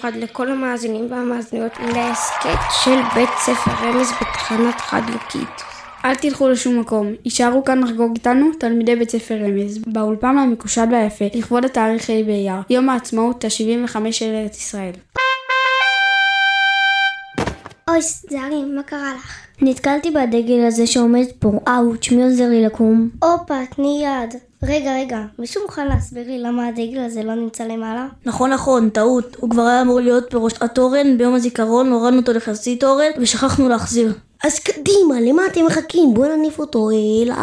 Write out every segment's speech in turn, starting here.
במיוחד לכל המאזינים והמאזיניות להסקט של בית ספר רמז בתחנת רדיו קיטוס. אל תלכו לשום מקום, יישארו כאן לחגוג איתנו תלמידי בית ספר רמז, באולפן המקושט והיפה, לכבוד התאריך ה' באייר, יום העצמאות ה-75 של ארץ ישראל. אוי, זרי, מה קרה לך? נתקלתי בדגל הזה שעומד פה, אאוץ', מי עוזר לי לקום? אופה, תני יד. רגע, מישהו מוכן להסביר לי למה הדגל הזה לא נמצא למעלה? נכון, טעות. הוא כבר היה אמור להיות בראש התורן, ביום הזיכרון הורדנו אותו לחצי תורן ושכחנו להחזיר. אז קדימה, למה אתם מחכים? בואו נניף אותו אליי.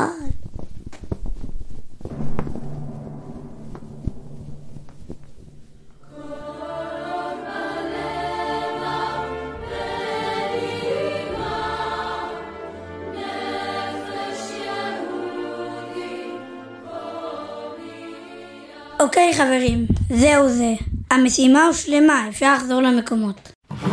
אוקיי חברים, זהו זה. המשימה הושלמה, אפשר לחזור למקומות.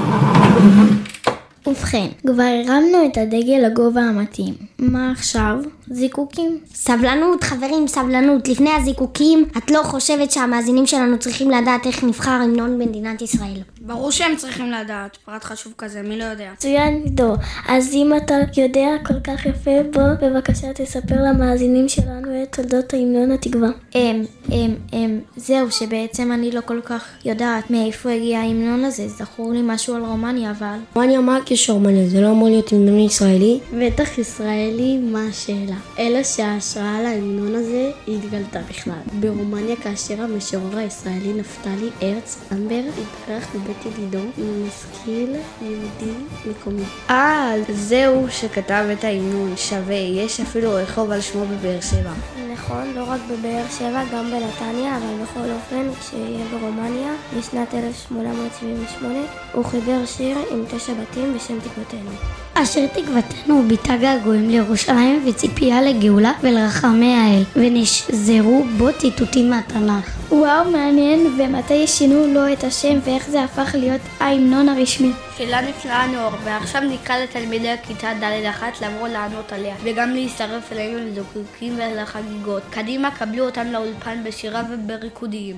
ובכן, כבר הרמנו את הדגל לגובה המתאים. מה עכשיו? זיקוקים? סבלנות חברים, סבלנות. לפני הזיקוקים, את לא חושבת שהמאזינים שלנו צריכים לדעת איך נבחר המנון במדינת ישראל? ברור שהם צריכים לדעת, פרט חשוב כזה, מי לא יודע? מצוין עידו, אז אם אתה יודע כל כך יפה, בוא בבקשה תספר למאזינים שלנו את תולדות המנון התקווה. זהו שבעצם אני לא כל כך יודעת מאיפה הגיע ההמנון הזה, זכור לי משהו על רומניה אבל... רומניה, מה הקשר רומניה? זה לא אמור להיות המנון ישראלי? בטח ישראלי, מה השאלה? אלא שההשראה להמנון הזה התגלתה בכלל ברומניה כאשר המשורר הישראלי נפתלי הרץ אמבר התברך בבית ידידו משכיל יהודי מקומי. זהו שכתב את ההמנון, שווה, יש אפילו רחוב על שמו בבאר שבע. נכון, לא רק בבאר שבע, גם בנתניה, אבל בכל אופן, כשיהיה ברומניה, בשנת 1878, הוא חיבר שיר עם 9 בתים בשם תקוותנו. אשר תקוותנו ביטה געגועים לירושלים וציפייה לגאולה ולרחמי האל, ונשזרו בו ציטוטים מהתנ"ך. וואו, מעניין, ומתי שינו לו את השם ואיך זה הפך להיות ההמנון הרשמי? שאלה נפלאה נאור, ועכשיו נקרא לתלמידי הכיתה ד' 1 לבוא לענות עליה, וגם להצטרף אלינו לזיקוקים ולחגיגות. קדימה, קבלו אותם לאולפן בשירה ובריקודים.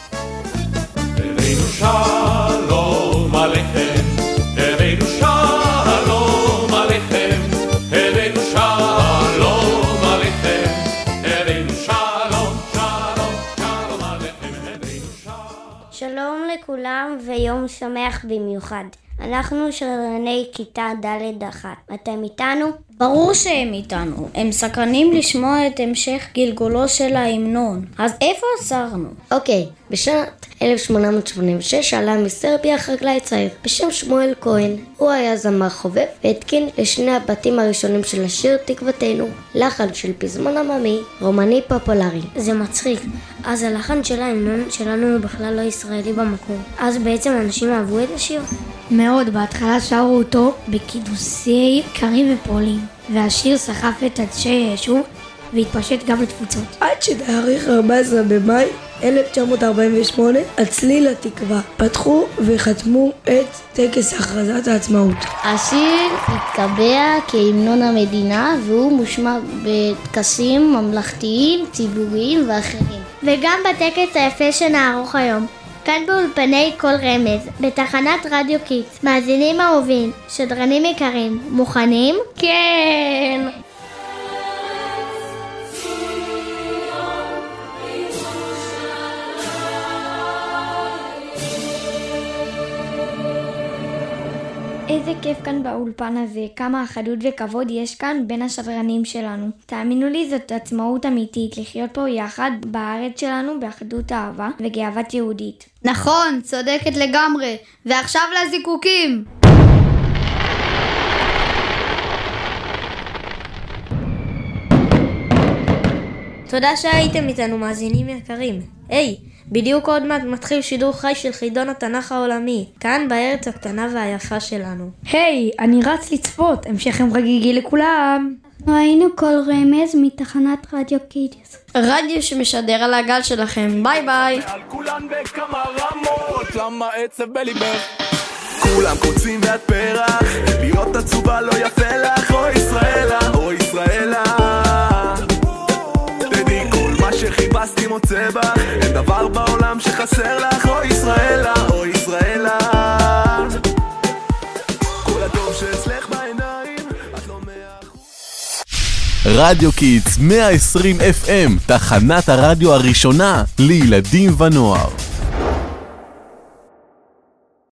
תבינו שלום עליכם, תבינו שלום עליכם, תבינו שלום עליכם, תבינו שלום עליכם, תבינו שלום. שלום לכולם ויום שמח במיוחד. אנחנו שרני כיתה ד' 1. אתם איתנו? ברור שהם איתנו, הם סקרנים לשמוע את המשך גלגולו של ההמנון. אז איפה עצרנו? אוקיי, בשנת 1886 עלה מסרביה חקלאי צעיר בשם שמואל כהן. הוא היה זמר חובב והתקין לשני הבתים הראשונים של השיר תקוותנו, לחן של פזמון עממי, רומני פופולרי. זה מצחיק, אז הלחן של ההמנון שלנו הוא בכלל לא ישראלי במקור. אז בעצם אנשים אהבו את השיר? מאוד, בהתחלה שרו אותו בקידוסי קרים ופועלים, והשיר סחף את אנשי היישוב והתפשט גם לתפוצות. עד שתאריך 14 במאי 1948 הצליל התקווה פתחו וחתמו את טקס הכרזת העצמאות. השיר התקבע כהמנון המדינה והוא מושמע בטקסים ממלכתיים, ציבוריים ואחרים. וגם בטקס היפה שנערוך היום. כאן באולפני כל רמז, בתחנת רדיו קיטס. מאזינים אהובים, שדרנים יקרים, מוכנים? כן! איזה כיף כאן באולפן הזה, כמה אחדות וכבוד יש כאן בין השדרנים שלנו. תאמינו לי, זאת עצמאות אמיתית לחיות פה יחד בארץ שלנו באחדות אהבה וגאוות יהודית. נכון, צודקת לגמרי. ועכשיו לזיקוקים. תודה שהייתם איתנו מאזינים יקרים. היי, בדיוק עוד מעט מתחיל שידור חי של חידון התנ"ך העולמי, כאן בארץ הקטנה והיפה שלנו. היי, אני רץ לצפות, המשך יום חגיגי לכולם. ראינו כל רמז מתחנת רדיו קיטס. רדיו שמשדר על הגל שלכם, ביי ביי. על כולן בכמה רמות, למה עצב בליבך? כולם קוצים ואת פרח, להיות עצובה לא יפה לך, או ישראלה, או ישראלה. תדעי כל מה שחיבה חיפשתי מוצא בה, אין דבר בעולם שחסר לך, אוי ישראלה, אוי ישראלה. כל הטוב שאצלך בעיניים, את לא 100%. רדיו קיטס 120 FM, תחנת הרדיו הראשונה לילדים ונוער.